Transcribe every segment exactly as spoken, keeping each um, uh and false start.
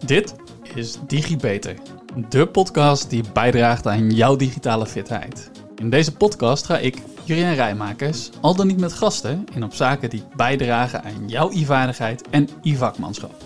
Dit is DigiBeter, de podcast die bijdraagt aan jouw digitale fitheid. In deze podcast ga ik, Jurjen Rijmakers, al dan niet met gasten, in op zaken die bijdragen aan jouw e-vaardigheid en e-vakmanschap.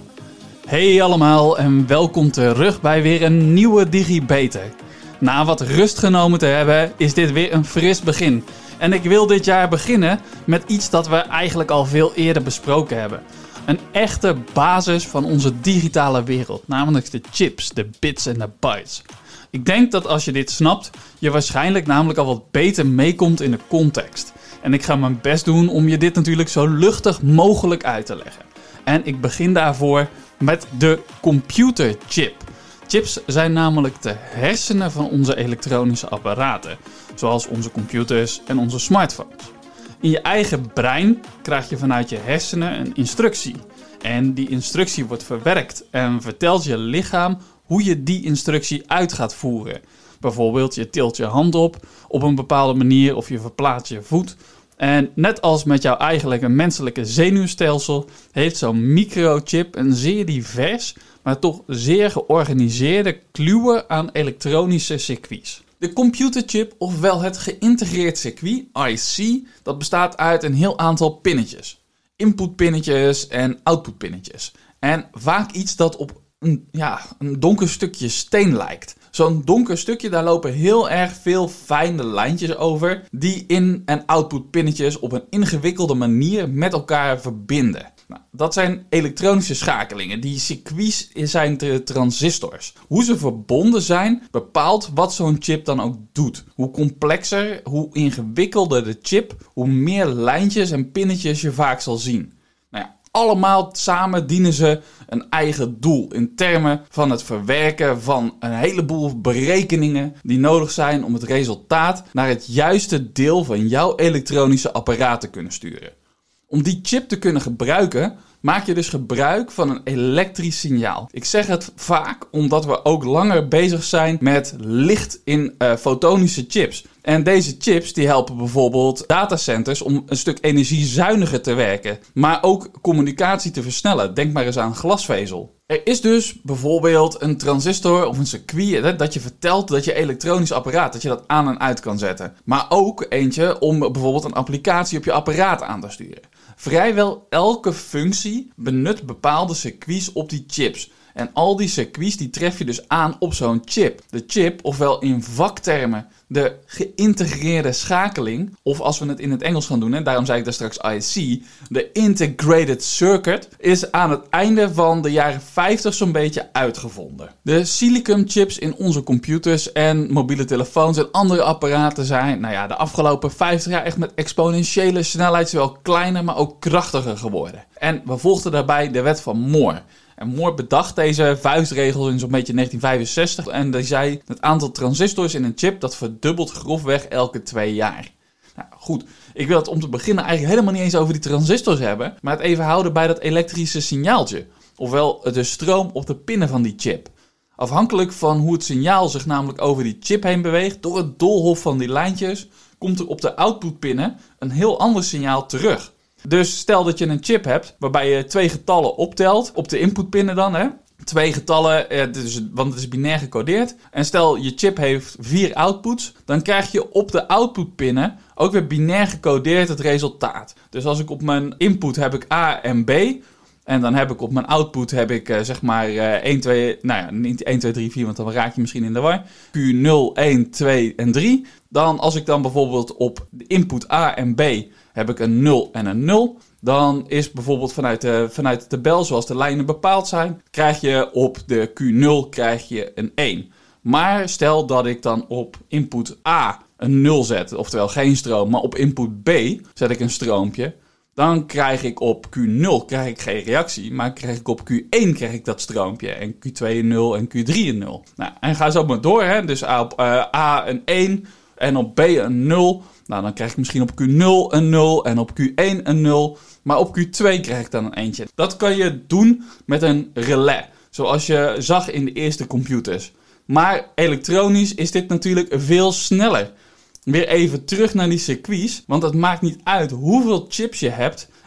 Hey allemaal en welkom terug bij weer een nieuwe DigiBeter. Na wat rust genomen te hebben, is dit weer een fris begin. En ik wil dit jaar beginnen met iets dat we eigenlijk al veel eerder besproken hebben. Een echte basis van onze digitale wereld, namelijk de chips, de bits en de bytes. Ik denk dat als je dit snapt, je waarschijnlijk namelijk al wat beter meekomt in de context. En ik ga mijn best doen om je dit natuurlijk zo luchtig mogelijk uit te leggen. En ik begin daarvoor met de computerchip. Chips zijn namelijk de hersenen van onze elektronische apparaten, zoals onze computers en onze smartphones. In je eigen brein krijg je vanuit je hersenen een instructie. En die instructie wordt verwerkt en vertelt je lichaam hoe je die instructie uit gaat voeren. Bijvoorbeeld, je tilt je hand op op een bepaalde manier of je verplaatst je voet. En net als met jouw eigenlijke menselijke zenuwstelsel heeft zo'n microchip een zeer divers, maar toch zeer georganiseerde kluwen aan elektronische circuits. De computerchip, ofwel het geïntegreerd circuit, I C, dat bestaat uit een heel aantal pinnetjes. Inputpinnetjes en outputpinnetjes. En vaak iets dat op een, ja, een donker stukje steen lijkt. Zo'n donker stukje, daar lopen heel erg veel fijne lijntjes over, die in- en outputpinnetjes op een ingewikkelde manier met elkaar verbinden. Nou, dat zijn elektronische schakelingen. Die circuits zijn de transistors. Hoe ze verbonden zijn, bepaalt wat zo'n chip dan ook doet. Hoe complexer, hoe ingewikkelder de chip, hoe meer lijntjes en pinnetjes je vaak zal zien. Nou ja, allemaal samen dienen ze een eigen doel in termen van het verwerken van een heleboel berekeningen die nodig zijn om het resultaat naar het juiste deel van jouw elektronische apparaat te kunnen sturen. Om die chip te kunnen gebruiken, maak je dus gebruik van een elektrisch signaal. Ik zeg het vaak omdat we ook langer bezig zijn met licht in uh, fotonische chips. En deze chips die helpen bijvoorbeeld datacenters om een stuk energiezuiniger te werken. Maar ook communicatie te versnellen. Denk maar eens aan glasvezel. Er is dus bijvoorbeeld een transistor of een circuit hè, dat je vertelt dat je elektronisch apparaat, dat je dat aan en uit kan zetten. Maar ook eentje om bijvoorbeeld een applicatie op je apparaat aan te sturen. Vrijwel elke functie benut bepaalde circuits op die chips. En al die circuits die tref je dus aan op zo'n chip. De chip, ofwel in vaktermen de geïntegreerde schakeling, of als we het in het Engels gaan doen, hè, daarom zei ik daar straks I C, de Integrated Circuit, is aan het einde van de jaren vijftig zo'n beetje uitgevonden. De silicumchips in onze computers en mobiele telefoons en andere apparaten zijn, nou ja, de afgelopen vijftig jaar echt met exponentiële snelheid zowel kleiner, maar ook krachtiger geworden. En we volgden daarbij de wet van Moore. En Moore bedacht deze vuistregel in zo'n beetje negentien vijfenzestig. En die zei, het aantal transistors in een chip, dat verdubbelt grofweg elke twee jaar. Nou goed, ik wil het om te beginnen eigenlijk helemaal niet eens over die transistors hebben, maar het even houden bij dat elektrische signaaltje. Ofwel de stroom op de pinnen van die chip. Afhankelijk van hoe het signaal zich namelijk over die chip heen beweegt, door het doolhof van die lijntjes, komt er op de outputpinnen een heel ander signaal terug. Dus stel dat je een chip hebt waarbij je twee getallen optelt, op de inputpinnen dan, hè. Twee getallen, eh, dus, want het is binair gecodeerd. En stel je chip heeft vier outputs, dan krijg je op de outputpinnen ook weer binair gecodeerd het resultaat. Dus als ik op mijn input heb ik A en B, en dan heb ik op mijn output heb ik uh, zeg maar uh, één, twee, nou ja, niet één, twee, drie, vier, want dan raak je misschien in de war. Q nul, één, twee en drie. Dan als ik dan bijvoorbeeld op de input A en B heb ik een nul en een nul. Dan is bijvoorbeeld vanuit de, vanuit de tabel, zoals de lijnen bepaald zijn, krijg je op de Q nul krijg je een één. Maar stel dat ik dan op input A een nul zet, oftewel geen stroom, maar op input B zet ik een stroompje. Dan krijg ik op Q nul krijg ik geen reactie, maar krijg ik op Q één krijg ik dat stroompje. En Q twee een nul en Q drie een nul. Nou, en ga zo maar door, hè. Dus op uh, A een één en op B een nul. Nou, dan krijg ik misschien op Q nul een nul en op Q één een nul. Maar op Q twee krijg ik dan een eentje. Dat kan je doen met een relais, zoals je zag in de eerste computers. Maar elektronisch is dit natuurlijk veel sneller. Weer even terug naar die circuits, want het maakt niet uit hoeveel chips je hebt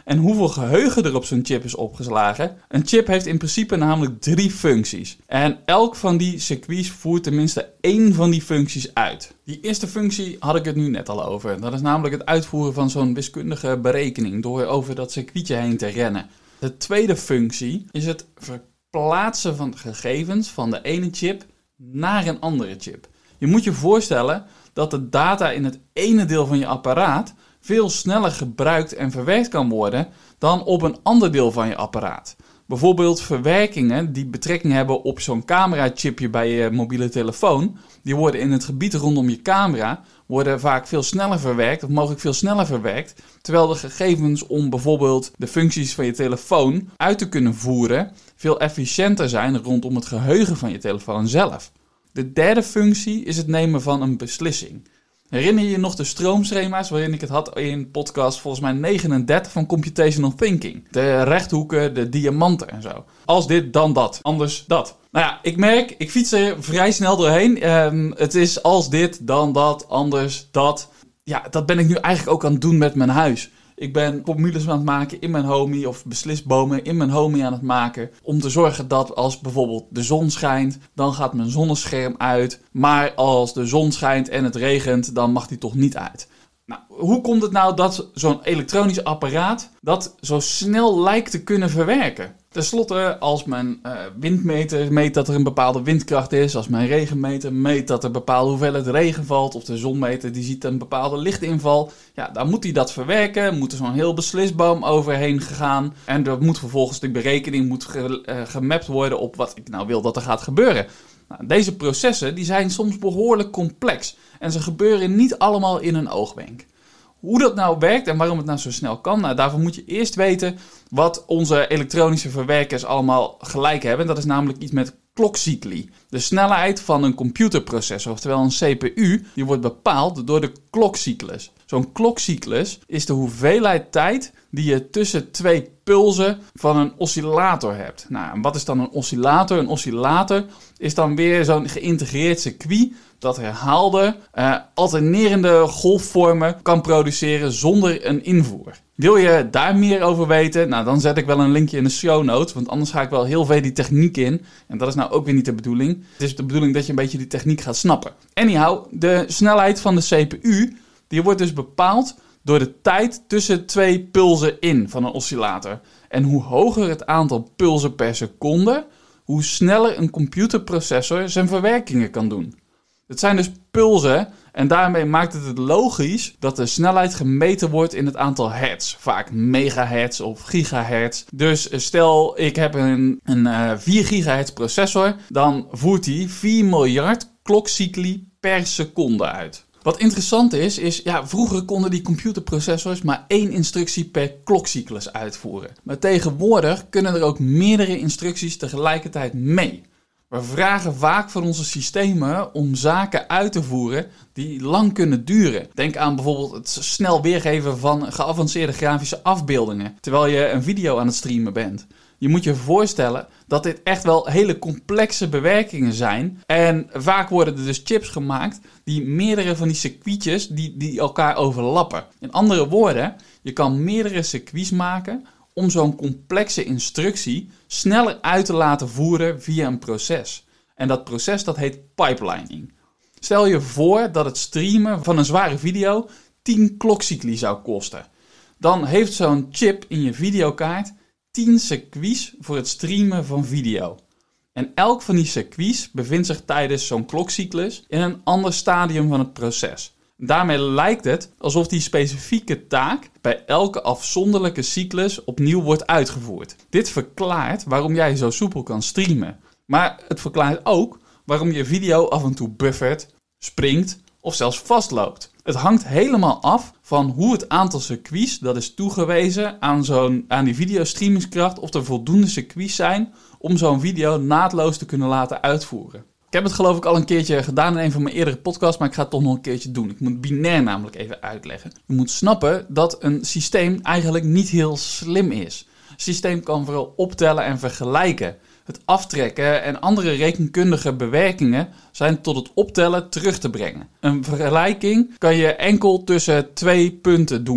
En hoeveel geheugen er op zo'n chip is opgeslagen? Een chip heeft in principe namelijk drie functies. En elk van die circuits voert tenminste één van die functies uit. Die eerste functie had ik het nu net al over. Dat is namelijk het uitvoeren van zo'n wiskundige berekening door over dat circuitje heen te rennen. De tweede functie is het verplaatsen van gegevens van de ene chip naar een andere chip. Je moet je voorstellen dat de data in het ene deel van je apparaat veel sneller gebruikt en verwerkt kan worden dan op een ander deel van je apparaat. Bijvoorbeeld verwerkingen die betrekking hebben op zo'n camerachipje bij je mobiele telefoon, die worden in het gebied rondom je camera worden vaak veel sneller verwerkt, of mogelijk veel sneller verwerkt, terwijl de gegevens om bijvoorbeeld de functies van je telefoon uit te kunnen voeren veel efficiënter zijn rondom het geheugen van je telefoon zelf. De derde functie is het nemen van een beslissing. Herinner je je nog de stroomschema's waarin ik het had in podcast volgens mij negenendertig van Computational Thinking? De rechthoeken, de diamanten en zo. Als dit, dan dat. Anders dat. Nou ja, ik merk, ik fiets er vrij snel doorheen. Um, het is als dit, dan dat, anders dat. Ja, dat ben ik nu eigenlijk ook aan het doen met mijn huis. Ik ben formules aan het maken in mijn Homey of beslisbomen in mijn Homey aan het maken. Om te zorgen dat als bijvoorbeeld de zon schijnt, dan gaat mijn zonnescherm uit. Maar als de zon schijnt en het regent, dan mag die toch niet uit. Nou, hoe komt het nou dat zo'n elektronisch apparaat dat zo snel lijkt te kunnen verwerken? Ten slotte, als mijn uh, windmeter meet dat er een bepaalde windkracht is, als mijn regenmeter meet dat er een bepaalde hoeveelheid regen valt, of de zonmeter die ziet een bepaalde lichtinval, ja, dan moet hij dat verwerken, moet er zo'n heel beslisboom overheen gegaan en er moet vervolgens de berekening moet ge, uh, gemapt worden op wat ik nou wil dat er gaat gebeuren. Nou, deze processen die zijn soms behoorlijk complex en ze gebeuren niet allemaal in een oogwenk. Hoe dat nou werkt en waarom het nou zo snel kan, nou, daarvoor moet je eerst weten wat onze elektronische verwerkers allemaal gelijk hebben. Dat is namelijk iets met klokcycli. De snelheid van een computerprocessor, oftewel een C P U, die wordt bepaald door de klokcyclus. Zo'n klokcyclus is de hoeveelheid tijd die je tussen twee pulsen van een oscillator hebt. Nou, en wat is dan een oscillator? Een oscillator is dan weer zo'n geïntegreerd circuit dat herhaalde, uh, alternerende golfvormen kan produceren zonder een invoer. Wil je daar meer over weten? Nou, dan zet ik wel een linkje in de show notes, want anders ga ik wel heel veel die techniek in. En dat is nou ook weer niet de bedoeling. Het is de bedoeling dat je een beetje die techniek gaat snappen. Anyhow, de snelheid van de C P U, die wordt dus bepaald door de tijd tussen twee pulsen in van een oscillator. En hoe hoger het aantal pulsen per seconde, hoe sneller een computerprocessor zijn verwerkingen kan doen. Het zijn dus pulsen en daarmee maakt het het logisch dat de snelheid gemeten wordt in het aantal hertz. Vaak megahertz of gigahertz. Dus stel ik heb een, een uh, vier gigahertz processor, dan voert die vier miljard klokcycli per seconde uit. Wat interessant is, is ja, vroeger konden die computerprocessors maar één instructie per klokcyclus uitvoeren. Maar tegenwoordig kunnen er ook meerdere instructies tegelijkertijd mee. We vragen vaak van onze systemen om zaken uit te voeren die lang kunnen duren. Denk aan bijvoorbeeld het snel weergeven van geavanceerde grafische afbeeldingen, terwijl je een video aan het streamen bent. Je moet je voorstellen dat dit echt wel hele complexe bewerkingen zijn. En vaak worden er dus chips gemaakt die meerdere van die circuitjes die, die elkaar overlappen. In andere woorden, je kan meerdere circuits maken om zo'n complexe instructie sneller uit te laten voeren via een proces. En dat proces dat heet pipelining. Stel je voor dat het streamen van een zware video tien klokcycli zou kosten. Dan heeft zo'n chip in je videokaart tien circuits voor het streamen van video. En elk van die circuits bevindt zich tijdens zo'n klokcyclus in een ander stadium van het proces. Daarmee lijkt het alsof die specifieke taak bij elke afzonderlijke cyclus opnieuw wordt uitgevoerd. Dit verklaart waarom jij zo soepel kan streamen. Maar het verklaart ook waarom je video af en toe buffert, springt of zelfs vastloopt. Het hangt helemaal af van hoe het aantal circuits dat is toegewezen aan, zo'n, aan die videostreamingskracht, of er voldoende circuits zijn om zo'n video naadloos te kunnen laten uitvoeren. Ik heb het geloof ik al een keertje gedaan in een van mijn eerdere podcasts, maar ik ga het toch nog een keertje doen. Ik moet binair namelijk even uitleggen. Je moet snappen dat een systeem eigenlijk niet heel slim is. Een systeem kan vooral optellen en vergelijken. Het aftrekken en andere rekenkundige bewerkingen zijn tot het optellen terug te brengen. Een vergelijking kan je enkel tussen twee punten doen.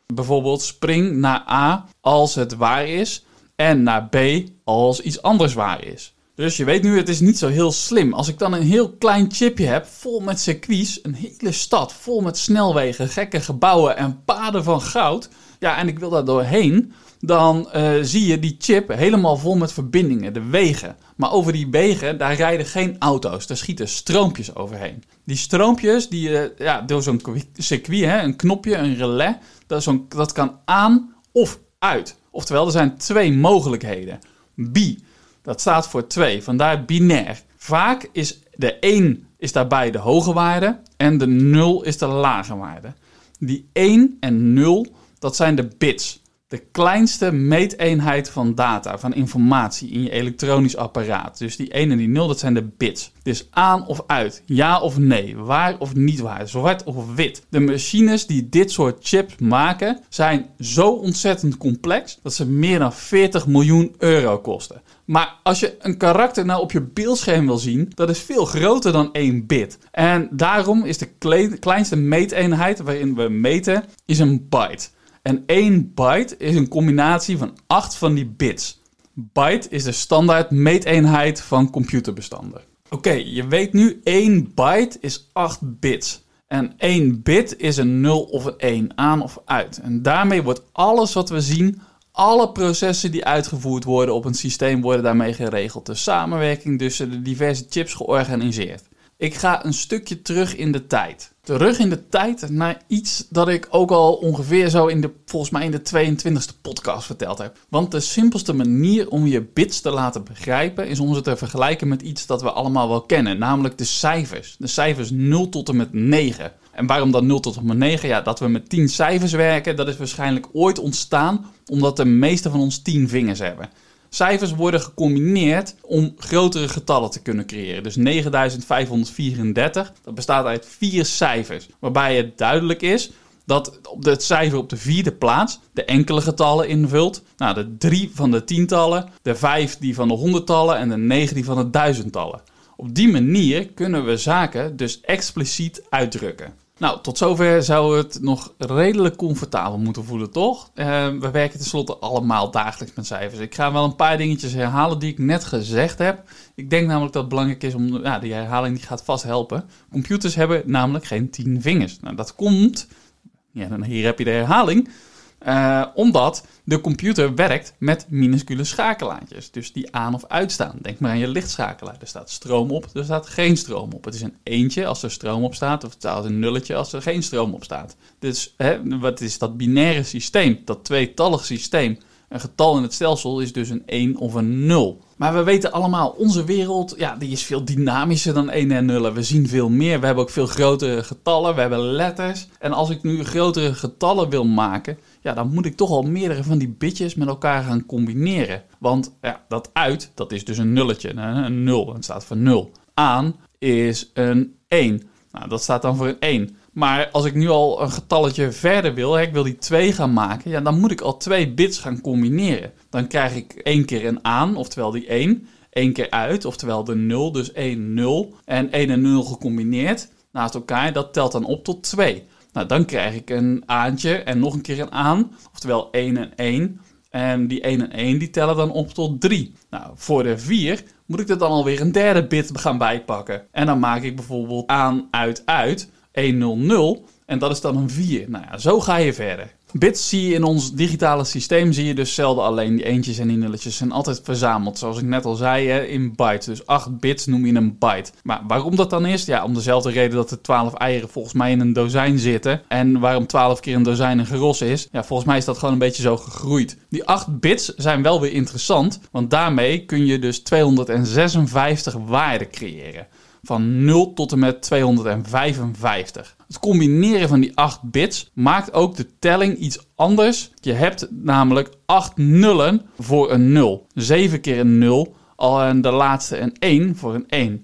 bijvoorbeeld spring naar A als het waar is en naar B als iets anders waar is. Dus je weet nu, het is niet zo heel slim. Als ik dan een heel klein chipje heb, vol met circuits, een hele stad vol met snelwegen, gekke gebouwen en paden van goud, ja, en ik wil daar doorheen, dan uh, zie je die chip helemaal vol met verbindingen, de wegen. Maar over die wegen, daar rijden geen auto's, daar schieten stroompjes overheen. Die stroompjes, die, uh, ja, door zo'n circuit, hè, een knopje, een relais, dat, zo'n, dat kan aan of uit. Oftewel, er zijn twee mogelijkheden. Bi, dat staat voor twee, vandaar binair. Vaak is de één is daarbij de hoge waarde en de nul is de lage waarde. Die één en nul, dat zijn de bits. De kleinste meeteenheid van data, van informatie in je elektronisch apparaat. Dus die één en die nul, dat zijn de bits. Dus aan of uit, ja of nee, waar of niet waar, zwart of wit. De machines die dit soort chips maken, zijn zo ontzettend complex dat ze meer dan veertig miljoen euro kosten. Maar als je een karakter nou op je beeldscherm wil zien, dat is veel groter dan één bit. En daarom is de kle- kleinste meeteenheid waarin we meten, is een byte. En één byte is een combinatie van acht van die bits. Byte is de standaard meeteenheid van computerbestanden. Oké, okay, je weet nu, één byte is acht bits. En één bit is een nul of een één, aan of uit. En daarmee wordt alles wat we zien, alle processen die uitgevoerd worden op een systeem, worden daarmee geregeld. De samenwerking tussen de diverse chips georganiseerd. Ik ga een stukje terug in de tijd. Terug in de tijd naar iets dat ik ook al ongeveer zo in de, volgens mij in de tweeëntwintigste podcast verteld heb. Want de simpelste manier om je bits te laten begrijpen is om ze te vergelijken met iets dat we allemaal wel kennen. Namelijk de cijfers. De cijfers nul tot en met negen. En waarom dan nul tot en met negen? Ja, dat we met tien cijfers werken, dat is waarschijnlijk ooit ontstaan omdat de meeste van ons tien vingers hebben. Cijfers worden gecombineerd om grotere getallen te kunnen creëren. Dus negenduizend vijfhonderdvierendertig, dat bestaat uit vier cijfers. Waarbij het duidelijk is dat het cijfer op de vierde plaats de enkele getallen invult. Nou, de drie van de tientallen, de vijf die van de honderdtallen en de negen die van de duizendtallen. Op die manier kunnen we zaken dus expliciet uitdrukken. Nou, tot zover zou het nog redelijk comfortabel moeten voelen, toch? Uh, we werken tenslotte allemaal dagelijks met cijfers. Ik ga wel een paar dingetjes herhalen die ik net gezegd heb. Ik denk namelijk dat het belangrijk is om... Ja, die herhaling die gaat vast helpen. Computers hebben namelijk geen tien vingers. Nou, dat komt... Ja, dan hier heb je de herhaling. Uh, omdat de computer werkt met minuscule schakelaartjes. Dus die aan of uitstaan. Denk maar aan je lichtschakelaar. Er staat stroom op, er staat geen stroom op. Het is een eentje als er stroom op staat. Of het is een nulletje als er geen stroom op staat. Dus hè, wat is dat binaire systeem? Dat tweetallig systeem. Een getal in het stelsel is dus een één of een nul. Maar we weten allemaal, onze wereld, ja, die is veel dynamischer dan één en nullen. We zien veel meer. We hebben ook veel grotere getallen. We hebben letters. En als ik nu grotere getallen wil maken, ja, dan moet ik toch al meerdere van die bitjes met elkaar gaan combineren. Want ja, dat uit, dat is dus een nulletje, een nul. Het staat voor nul. Aan is een één. Nou, dat staat dan voor een één. Maar als ik nu al een getalletje verder wil, hè, ik wil die twee gaan maken, ja, dan moet ik al twee bits gaan combineren. Dan krijg ik één keer een aan, oftewel die één, één keer uit, oftewel de nul, dus één, nul. En één en nul gecombineerd naast elkaar, dat telt dan op tot twee. Nou, dan krijg ik een aantje en nog een keer een aan, oftewel één en één. En die één en één die tellen dan op tot drie. Nou, voor de vier moet ik er dan alweer een derde bit gaan bijpakken. En dan maak ik bijvoorbeeld aan, uit, uit, één nul nul. En dat is dan een vier. Nou ja, zo ga je verder. Bits zie je in ons digitale systeem, zie je dus zelden alleen. Die eentjes en die nulletjes zijn altijd verzameld. Zoals ik net al zei, hè, in bytes. Dus acht bits noem je een byte. Maar waarom dat dan is? Ja, om dezelfde reden dat er twaalf eieren volgens mij in een dozijn zitten. En waarom twaalf keer een dozijn een geros is. Ja, volgens mij is dat gewoon een beetje zo gegroeid. Die acht bits zijn wel weer interessant. Want daarmee kun je dus tweehonderdzesenvijftig waarden creëren. Van nul tot en met tweehonderdvijfenvijftig. Het combineren van die acht bits maakt ook de telling iets anders. Je hebt namelijk acht nullen voor een nul. zeven keer een nul en de laatste een één voor een één.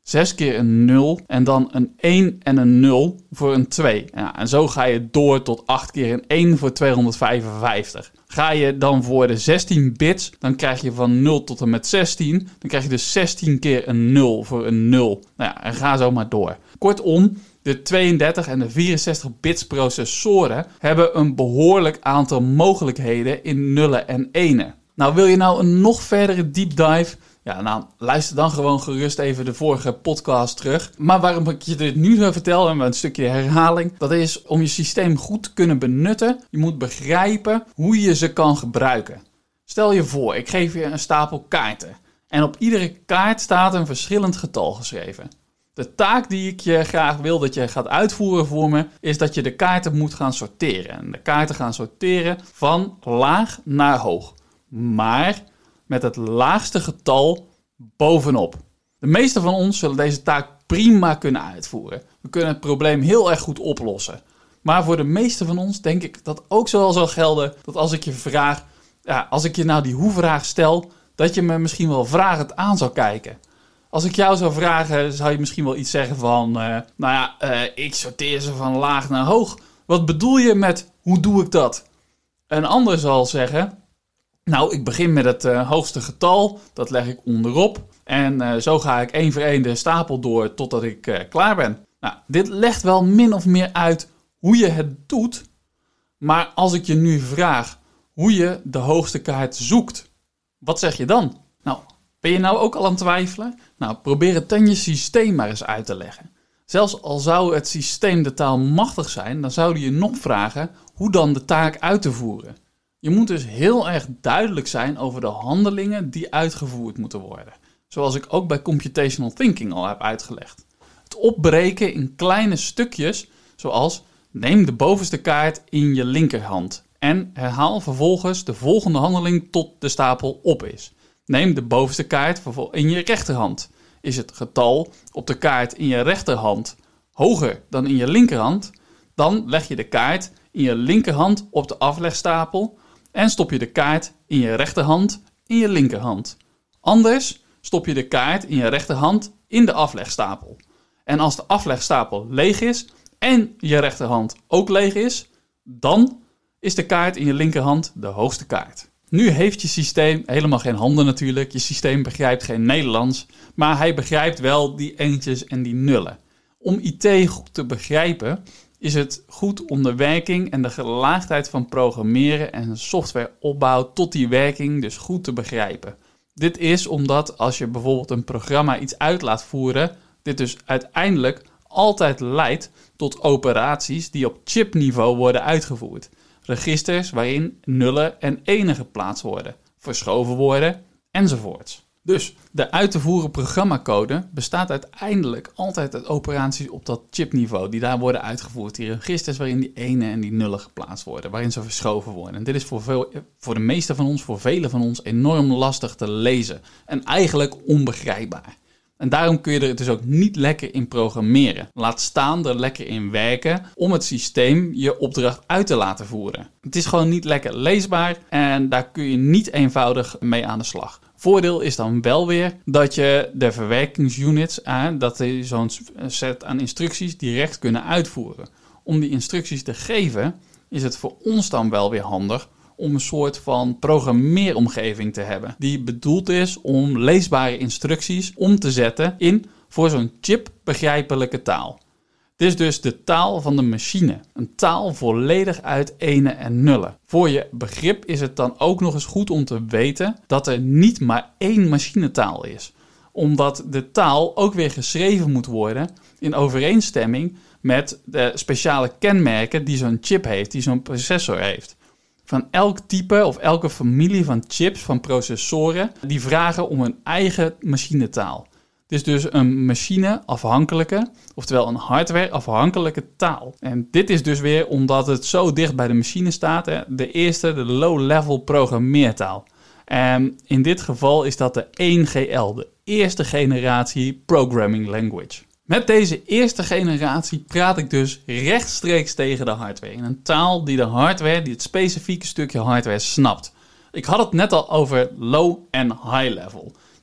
zes keer een nul en dan een één en een nul voor een twee. Ja, en zo ga je door tot acht keer een één voor tweehonderdvijfenvijftig. Ga je dan voor de zestien bits, dan krijg je van nul tot en met zestien. Dan krijg je dus zestien keer een nul voor een nul. Nou ja, en ga zo maar door. Kortom, de tweeëndertig en de vierenzestig bits processoren hebben een behoorlijk aantal mogelijkheden in nullen en enen. Nou, wil je nou een nog verdere deep dive? Ja, nou, luister dan gewoon gerust even de vorige podcast terug. Maar waarom ik je dit nu zo vertel, en een stukje herhaling, dat is om je systeem goed te kunnen benutten. Je moet begrijpen hoe je ze kan gebruiken. Stel je voor, ik geef je een stapel kaarten. En op iedere kaart staat een verschillend getal geschreven. De taak die ik je graag wil dat je gaat uitvoeren voor me, is dat je de kaarten moet gaan sorteren. En de kaarten gaan sorteren van laag naar hoog. Maar met het laagste getal bovenop. De meeste van ons zullen deze taak prima kunnen uitvoeren. We kunnen het probleem heel erg goed oplossen. Maar voor de meeste van ons denk ik dat ook zo wel zal gelden dat als ik je vraag, ja, als ik je nou die hoe-vraag stel, dat je me misschien wel vragend aan zou kijken. Als ik jou zou vragen, zou je misschien wel iets zeggen van, uh, nou ja, uh, ik sorteer ze van laag naar hoog. Wat bedoel je met, hoe doe ik dat? Een ander zal zeggen, nou, ik begin met het uh, hoogste getal, dat leg ik onderop. En uh, zo ga ik één voor één de stapel door totdat ik uh, klaar ben. Nou, dit legt wel min of meer uit hoe je het doet. Maar als ik je nu vraag hoe je de hoogste kaart zoekt, wat zeg je dan? Nou, ben je nou ook al aan het twijfelen? Nou, probeer het dan je systeem maar eens uit te leggen. Zelfs al zou het systeem de taal machtig zijn, dan zou je nog vragen hoe dan de taak uit te voeren. Je moet dus heel erg duidelijk zijn over de handelingen die uitgevoerd moeten worden. Zoals ik ook bij computational thinking al heb uitgelegd. Het opbreken in kleine stukjes, zoals neem de bovenste kaart in je linkerhand en herhaal vervolgens de volgende handeling tot de stapel op is. Neem de bovenste kaart in je rechterhand. Is het getal op de kaart in je rechterhand hoger dan in je linkerhand, dan leg je de kaart in je linkerhand op de aflegstapel en stop je de kaart in je rechterhand in je linkerhand. Anders stop je de kaart in je rechterhand in de aflegstapel. En als de aflegstapel leeg is en je rechterhand ook leeg is, dan is de kaart in je linkerhand de hoogste kaart. Nu heeft je systeem helemaal geen handen natuurlijk. Je systeem begrijpt geen Nederlands, maar hij begrijpt wel die eentjes en die nullen. Om I T goed te begrijpen is het goed om de werking en de gelaagdheid van programmeren en softwareopbouw tot die werking dus goed te begrijpen. Dit is omdat als je bijvoorbeeld een programma iets uit laat voeren, dit dus uiteindelijk altijd leidt tot operaties die op chipniveau worden uitgevoerd. Registers waarin nullen en enen geplaatst worden, verschoven worden enzovoorts. Dus de uit te voeren programmacode bestaat uiteindelijk altijd uit operaties op dat chipniveau die daar worden uitgevoerd. Die registers waarin die enen en die nullen geplaatst worden, waarin ze verschoven worden. En dit is voor, veel, voor de meeste van ons, voor velen van ons, enorm lastig te lezen en eigenlijk onbegrijpbaar. En daarom kun je er dus ook niet lekker in programmeren. Laat staan er lekker in werken om het systeem je opdracht uit te laten voeren. Het is gewoon niet lekker leesbaar en daar kun je niet eenvoudig mee aan de slag. Voordeel is dan wel weer dat je de verwerkingsunits, eh, dat je zo'n set aan instructies direct kunnen uitvoeren. Om die instructies te geven is het voor ons dan wel weer handig om een soort van programmeeromgeving te hebben. Die bedoeld is om leesbare instructies om te zetten in voor zo'n chip begrijpelijke taal. Dit is dus de taal van de machine. Een taal volledig uit enen en nullen. Voor je begrip is het dan ook nog eens goed om te weten dat er niet maar één machinetaal is. Omdat de taal ook weer geschreven moet worden in overeenstemming met de speciale kenmerken die zo'n chip heeft, die zo'n processor heeft. Van elk type of elke familie van chips, van processoren, die vragen om een eigen machinetaal. Het is dus een machine-afhankelijke, oftewel een hardware-afhankelijke taal. En dit is dus weer omdat het zo dicht bij de machine staat, hè, de eerste, de low-level programmeertaal. En in dit geval is dat de één G L, de eerste generatie programming language. Met deze eerste generatie praat ik dus rechtstreeks tegen de hardware. In een taal die de hardware, die het specifieke stukje hardware snapt. Ik had het net al over low en high level.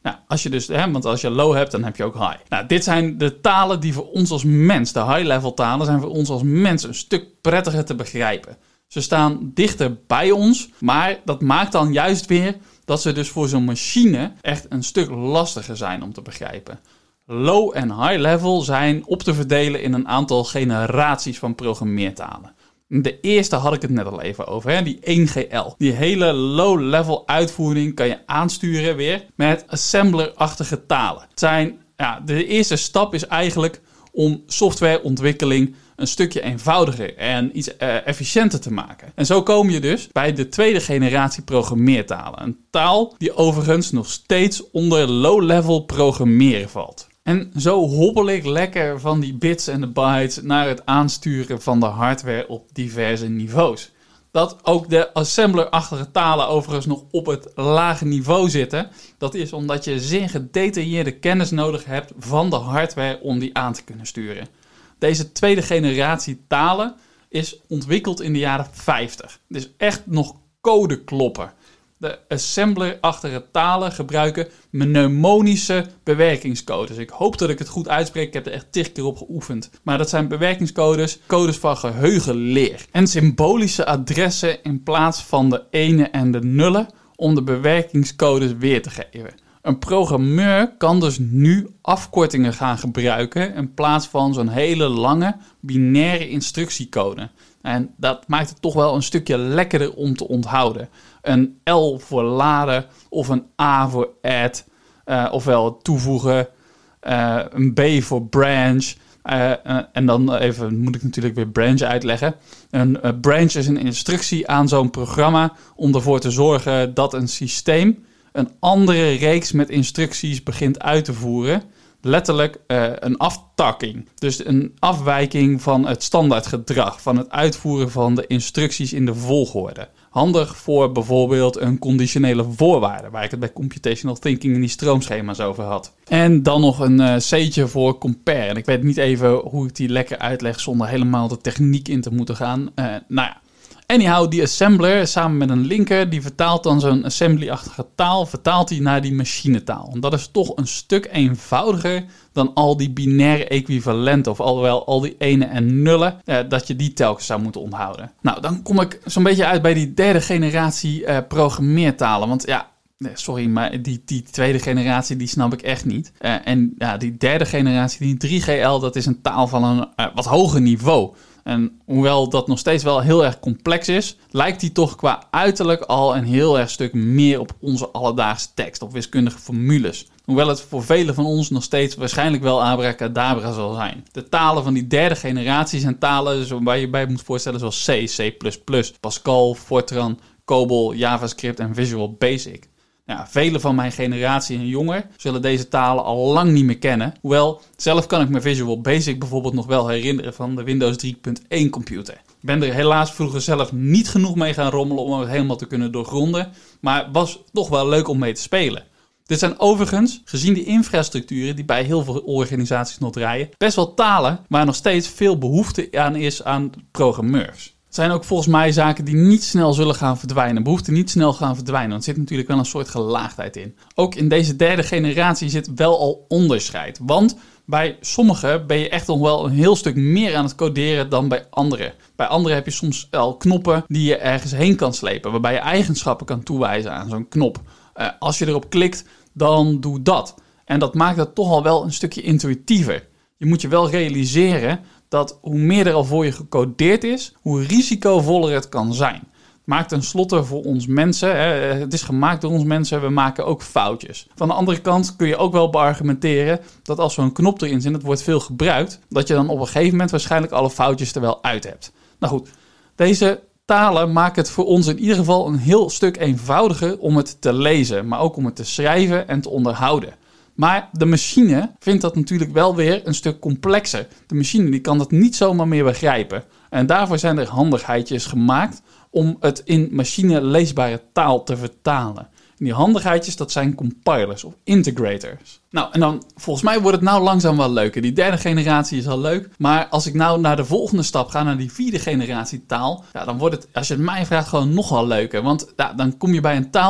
Nou, als je dus, hè, want als je low hebt, dan heb je ook high. Nou, dit zijn de talen die voor ons als mens, de high-level talen, zijn voor ons als mens een stuk prettiger te begrijpen. Ze staan dichter bij ons, maar dat maakt dan juist weer dat ze dus voor zo'n machine echt een stuk lastiger zijn om te begrijpen. Low en high level zijn op te verdelen in een aantal generaties van programmeertalen. De eerste had ik het net al even over, hè? Die één G L. Die hele low-level uitvoering kan je aansturen weer met assembler-achtige talen. Het zijn, ja, de eerste stap is eigenlijk om softwareontwikkeling een stukje eenvoudiger en iets uh, efficiënter te maken. En zo kom je dus bij de tweede generatie programmeertalen. Een taal die overigens nog steeds onder low-level programmeren valt. En zo hobbel ik lekker van die bits en de bytes naar het aansturen van de hardware op diverse niveaus. Dat ook de assembler-achtige talen overigens nog op het lage niveau zitten, dat is omdat je zeer gedetailleerde kennis nodig hebt van de hardware om die aan te kunnen sturen. Deze tweede generatie talen is ontwikkeld in de jaren vijftig. Het is echt nog code kloppen. De assembler-achtige talen gebruiken mnemonische bewerkingscodes. Ik hoop dat ik het goed uitspreek. Ik heb er echt tig keer op geoefend. Maar dat zijn bewerkingscodes, codes van geheugenleer. En symbolische adressen in plaats van de ene en de nullen om de bewerkingscodes weer te geven. Een programmeur kan dus nu afkortingen gaan gebruiken in plaats van zo'n hele lange binaire instructiecode. En dat maakt het toch wel een stukje lekkerder om te onthouden. Een L voor laden of een A voor add, uh, ofwel toevoegen, uh, een B voor branch. Uh, uh, en dan even moet ik natuurlijk weer branch uitleggen. Een uh, branch is een instructie aan zo'n programma om ervoor te zorgen dat een systeem een andere reeks met instructies begint uit te voeren. Letterlijk uh, een aftakking. Dus een afwijking van het standaardgedrag, van het uitvoeren van de instructies in de volgorde. Handig voor bijvoorbeeld een conditionele voorwaarde, waar ik het bij computational thinking in die stroomschema's over had. En dan nog een uh, C'tje voor compare. En ik weet niet even hoe ik die lekker uitleg zonder helemaal de techniek in te moeten gaan. Uh, nou ja. Anyhow, die assembler samen met een linker, die vertaalt dan zo'n assembly-achtige taal, vertaalt die naar die machinetaal. En dat is toch een stuk eenvoudiger dan al die binaire equivalenten, of alhoewel al die ene en nullen, eh, dat je die telkens zou moeten onthouden. Nou, dan kom ik zo'n beetje uit bij die derde generatie eh, programmeertalen, want ja, sorry, maar die, die tweede generatie, die snap ik echt niet. Uh, en ja, die derde generatie, die drie G L, dat is een taal van een uh, wat hoger niveau. En hoewel dat nog steeds wel heel erg complex is, lijkt die toch qua uiterlijk al een heel erg stuk meer op onze alledaagse tekst, op wiskundige formules. Hoewel het voor velen van ons nog steeds waarschijnlijk wel abracadabra zal zijn. De talen van die derde generatie zijn talen waar je bij moet voorstellen zoals C, C plus plus, Pascal, Fortran, COBOL, JavaScript en Visual Basic. Ja, velen van mijn generatie en jonger zullen deze talen al lang niet meer kennen. Hoewel, zelf kan ik me Visual Basic bijvoorbeeld nog wel herinneren van de Windows drie punt één computer. Ik ben er helaas vroeger zelf niet genoeg mee gaan rommelen om het helemaal te kunnen doorgronden. Maar was toch wel leuk om mee te spelen. Dit zijn overigens, gezien de infrastructuren die bij heel veel organisaties nog draaien, best wel talen waar nog steeds veel behoefte aan is aan programmeurs. Het zijn ook volgens mij zaken die niet snel zullen gaan verdwijnen. Behoeften niet snel gaan verdwijnen. Want er zit natuurlijk wel een soort gelaagdheid in. Ook in deze derde generatie zit wel al onderscheid. Want bij sommigen ben je echt nog wel een heel stuk meer aan het coderen dan bij anderen. Bij anderen heb je soms wel knoppen die je ergens heen kan slepen. Waarbij je eigenschappen kan toewijzen aan zo'n knop. Uh, als je erop klikt, dan doe dat. En dat maakt het toch al wel een stukje intuïtiever. Je moet je wel realiseren dat hoe meer er al voor je gecodeerd is, hoe risicovoller het kan zijn. Het maakt tenslotte voor ons mensen, hè, het is gemaakt door ons mensen, we maken ook foutjes. Van de andere kant kun je ook wel beargumenteren dat als zo'n knop erin zit, het wordt veel gebruikt, dat je dan op een gegeven moment waarschijnlijk alle foutjes er wel uit hebt. Nou goed, deze talen maken het voor ons in ieder geval een heel stuk eenvoudiger om het te lezen, maar ook om het te schrijven en te onderhouden. Maar de machine vindt dat natuurlijk wel weer een stuk complexer. De machine die kan dat niet zomaar meer begrijpen. En daarvoor zijn er handigheidjes gemaakt om het in machine leesbare taal te vertalen. En die handigheidjes, dat zijn compilers of integrators. Nou, en dan volgens mij wordt het nou langzaam wel leuker. Die derde generatie is al leuk. Maar als ik nou naar de volgende stap ga, naar die vierde generatie taal, ja, dan wordt het, als je het mij vraagt, gewoon nogal leuker. Want ja, dan kom je bij een taal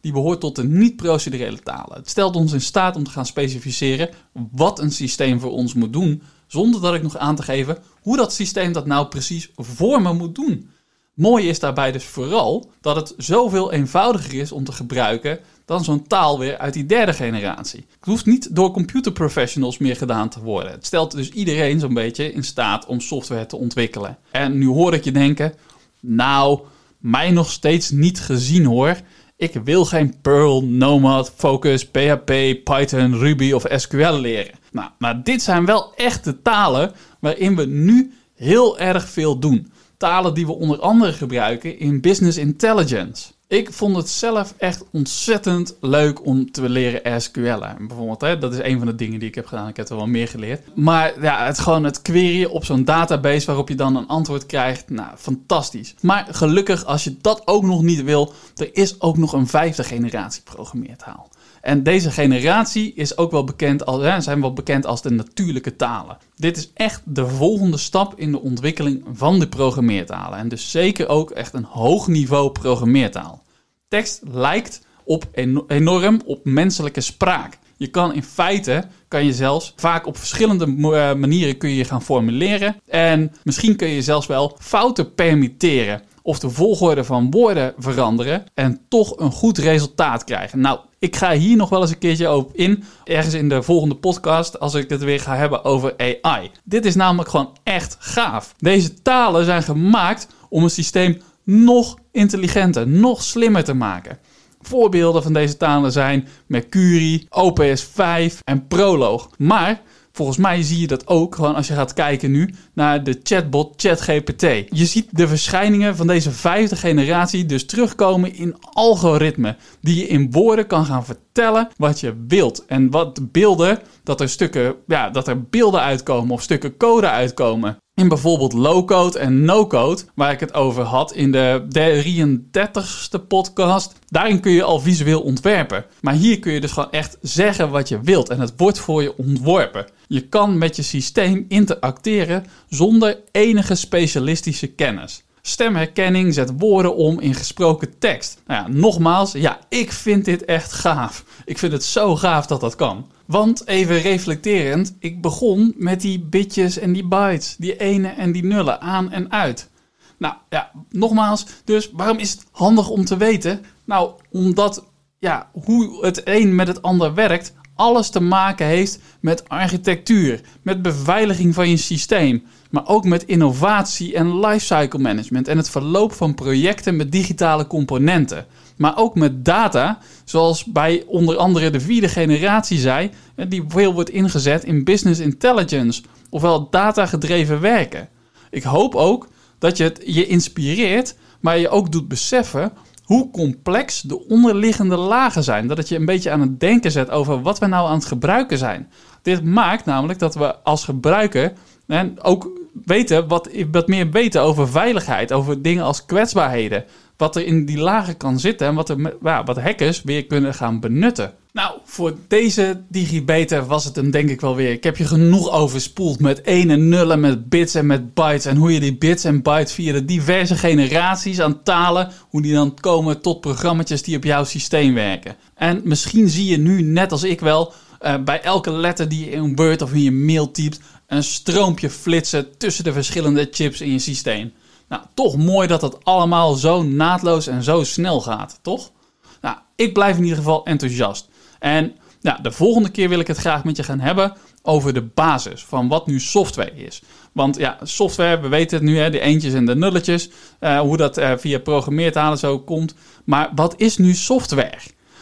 die behoort tot de niet-procedurele talen. Het stelt ons in staat om te gaan specificeren wat een systeem voor ons moet doen, zonder dat ik nog aan te geven hoe dat systeem dat nou precies voor me moet doen. Mooi is daarbij dus vooral dat het zoveel eenvoudiger is om te gebruiken dan zo'n taal weer uit die derde generatie. Het hoeft niet door computerprofessionals meer gedaan te worden. Het stelt dus iedereen zo'n beetje in staat om software te ontwikkelen. En nu hoor ik je denken, nou, mij nog steeds niet gezien hoor. Ik wil geen Perl, Nomad, Focus, P H P, Python, Ruby of S Q L leren. Nou, maar dit zijn wel echte talen waarin we nu heel erg veel doen. Talen die we onder andere gebruiken in business intelligence. Ik vond het zelf echt ontzettend leuk om te leren S Q L'en. Bijvoorbeeld, hè, dat is een van de dingen die ik heb gedaan. Ik heb er wel meer geleerd. Maar ja, het gewoon het queryen op zo'n database waarop je dan een antwoord krijgt. Nou, fantastisch. Maar gelukkig, als je dat ook nog niet wil, er is ook nog een vijfde generatie programmeertaal. En deze generatie is ook wel bekend als, hè, zijn wel bekend als de natuurlijke talen. Dit is echt de volgende stap in de ontwikkeling van de programmeertalen. En dus zeker ook echt een hoog niveau programmeertaal. Tekst lijkt op enorm op menselijke spraak. Je kan in feite, kan je zelfs vaak op verschillende manieren kun je gaan formuleren. En misschien kun je zelfs wel fouten permitteren. Of de volgorde van woorden veranderen en toch een goed resultaat krijgen. Nou, ik ga hier nog wel eens een keertje op in. Ergens in de volgende podcast als ik het weer ga hebben over A I. Dit is namelijk gewoon echt gaaf. Deze talen zijn gemaakt om een systeem nog intelligenter, nog slimmer te maken. Voorbeelden van deze talen zijn Mercury, O P S vijf en Prolog. Maar volgens mij zie je dat ook gewoon als je gaat kijken nu naar de chatbot ChatGPT. Je ziet de verschijningen van deze vijfde generatie dus terugkomen in algoritmen. Die je in woorden kan gaan vertellen wat je wilt. En wat beelden, dat er stukken, ja, dat er beelden uitkomen of stukken code uitkomen. In bijvoorbeeld low-code en no-code, waar ik het over had in de drieëndertigste podcast. Daarin kun je al visueel ontwerpen. Maar hier kun je dus gewoon echt zeggen wat je wilt. En het wordt voor je ontworpen. Je kan met je systeem interacteren zonder enige specialistische kennis. Stemherkenning zet woorden om in gesproken tekst. Nou ja, nogmaals, ja, ik vind dit echt gaaf. Ik vind het zo gaaf dat dat kan. Want even reflecterend, ik begon met die bitjes en die bytes, die ene en die nullen, aan en uit. Nou ja, nogmaals, dus waarom is het handig om te weten? Nou, omdat ja, hoe het een met het ander werkt, alles te maken heeft met architectuur, met beveiliging van je systeem, maar ook met innovatie en lifecycle management en het verloop van projecten met digitale componenten. Maar ook met data, zoals bij onder andere de vierde generatie zei, die veel wordt ingezet in business intelligence, ofwel datagedreven werken. Ik hoop ook dat je het je inspireert, maar je ook doet beseffen hoe complex de onderliggende lagen zijn. Dat het je een beetje aan het denken zet over wat we nou aan het gebruiken zijn. Dit maakt namelijk dat we als gebruiker en ook weten wat, wat meer weten over veiligheid, over dingen als kwetsbaarheden. Wat er in die lagen kan zitten en wat, er, ja, wat hackers weer kunnen gaan benutten. Nou, voor deze DigiBeter was het hem denk ik wel weer. Ik heb je genoeg overspoeld met één en nullen, met bits en met bytes. En hoe je die bits en bytes via de diverse generaties aan talen, hoe die dan komen tot programma's die op jouw systeem werken. En misschien zie je nu, net als ik wel, uh, bij elke letter die je in Word of in je mail typt, een stroompje flitsen tussen de verschillende chips in je systeem. Nou, toch mooi dat het allemaal zo naadloos en zo snel gaat, toch? Nou, ik blijf in ieder geval enthousiast. En nou, de volgende keer wil ik het graag met je gaan hebben over de basis van wat nu software is. Want ja, software, we weten het nu, hè, de eentjes en de nulletjes, uh, hoe dat uh, via programmeertalen zo komt. Maar wat is nu software?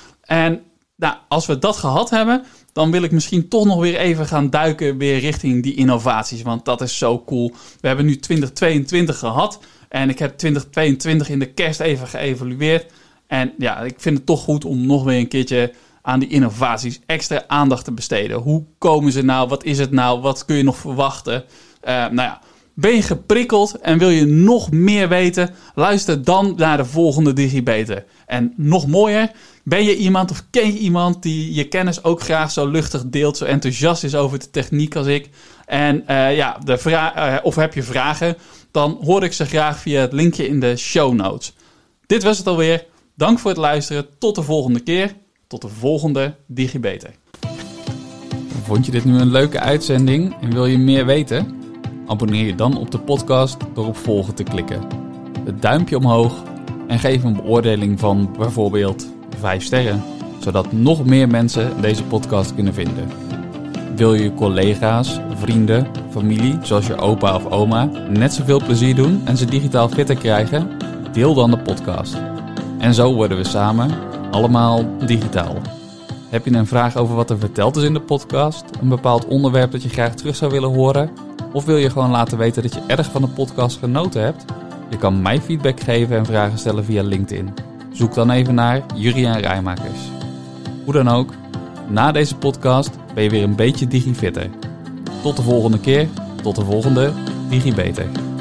En nou, als we dat gehad hebben, dan wil ik misschien toch nog weer even gaan duiken weer richting die innovaties. Want dat is zo cool. We hebben nu twintig tweeëntwintig gehad. En ik heb twintig tweeëntwintig in de kerst even geëvalueerd. En ja, ik vind het toch goed om nog weer een keertje aan die innovaties extra aandacht te besteden. Hoe komen ze nou? Wat is het nou? Wat kun je nog verwachten? Uh, nou ja, ben je geprikkeld en wil je nog meer weten? Luister dan naar de volgende DigiBeter. En nog mooier, ben je iemand of ken je iemand die je kennis ook graag zo luchtig deelt, zo enthousiast is over de techniek als ik? En uh, ja, de vra- uh, of heb je vragen? Dan hoor ik ze graag via het linkje in de show notes. Dit was het alweer. Dank voor het luisteren. Tot de volgende keer. Tot de volgende DigiBeter. Vond je dit nu een leuke uitzending en wil je meer weten? Abonneer je dan op de podcast door op volgen te klikken. Het duimpje omhoog en geef een beoordeling van bijvoorbeeld vijf sterren, zodat nog meer mensen deze podcast kunnen vinden. Wil je je collega's, vrienden, familie, zoals je opa of oma, net zoveel plezier doen en ze digitaal fitter krijgen? Deel dan de podcast. En zo worden we samen allemaal digitaal. Heb je een vraag over wat er verteld is in de podcast? Een bepaald onderwerp dat je graag terug zou willen horen? Of wil je gewoon laten weten dat je erg van de podcast genoten hebt? Je kan mij feedback geven en vragen stellen via LinkedIn. Zoek dan even naar Juriaan Rijmakers. Hoe dan ook, na deze podcast ben je weer een beetje digifitter. Tot de volgende keer, tot de volgende DigiBeter.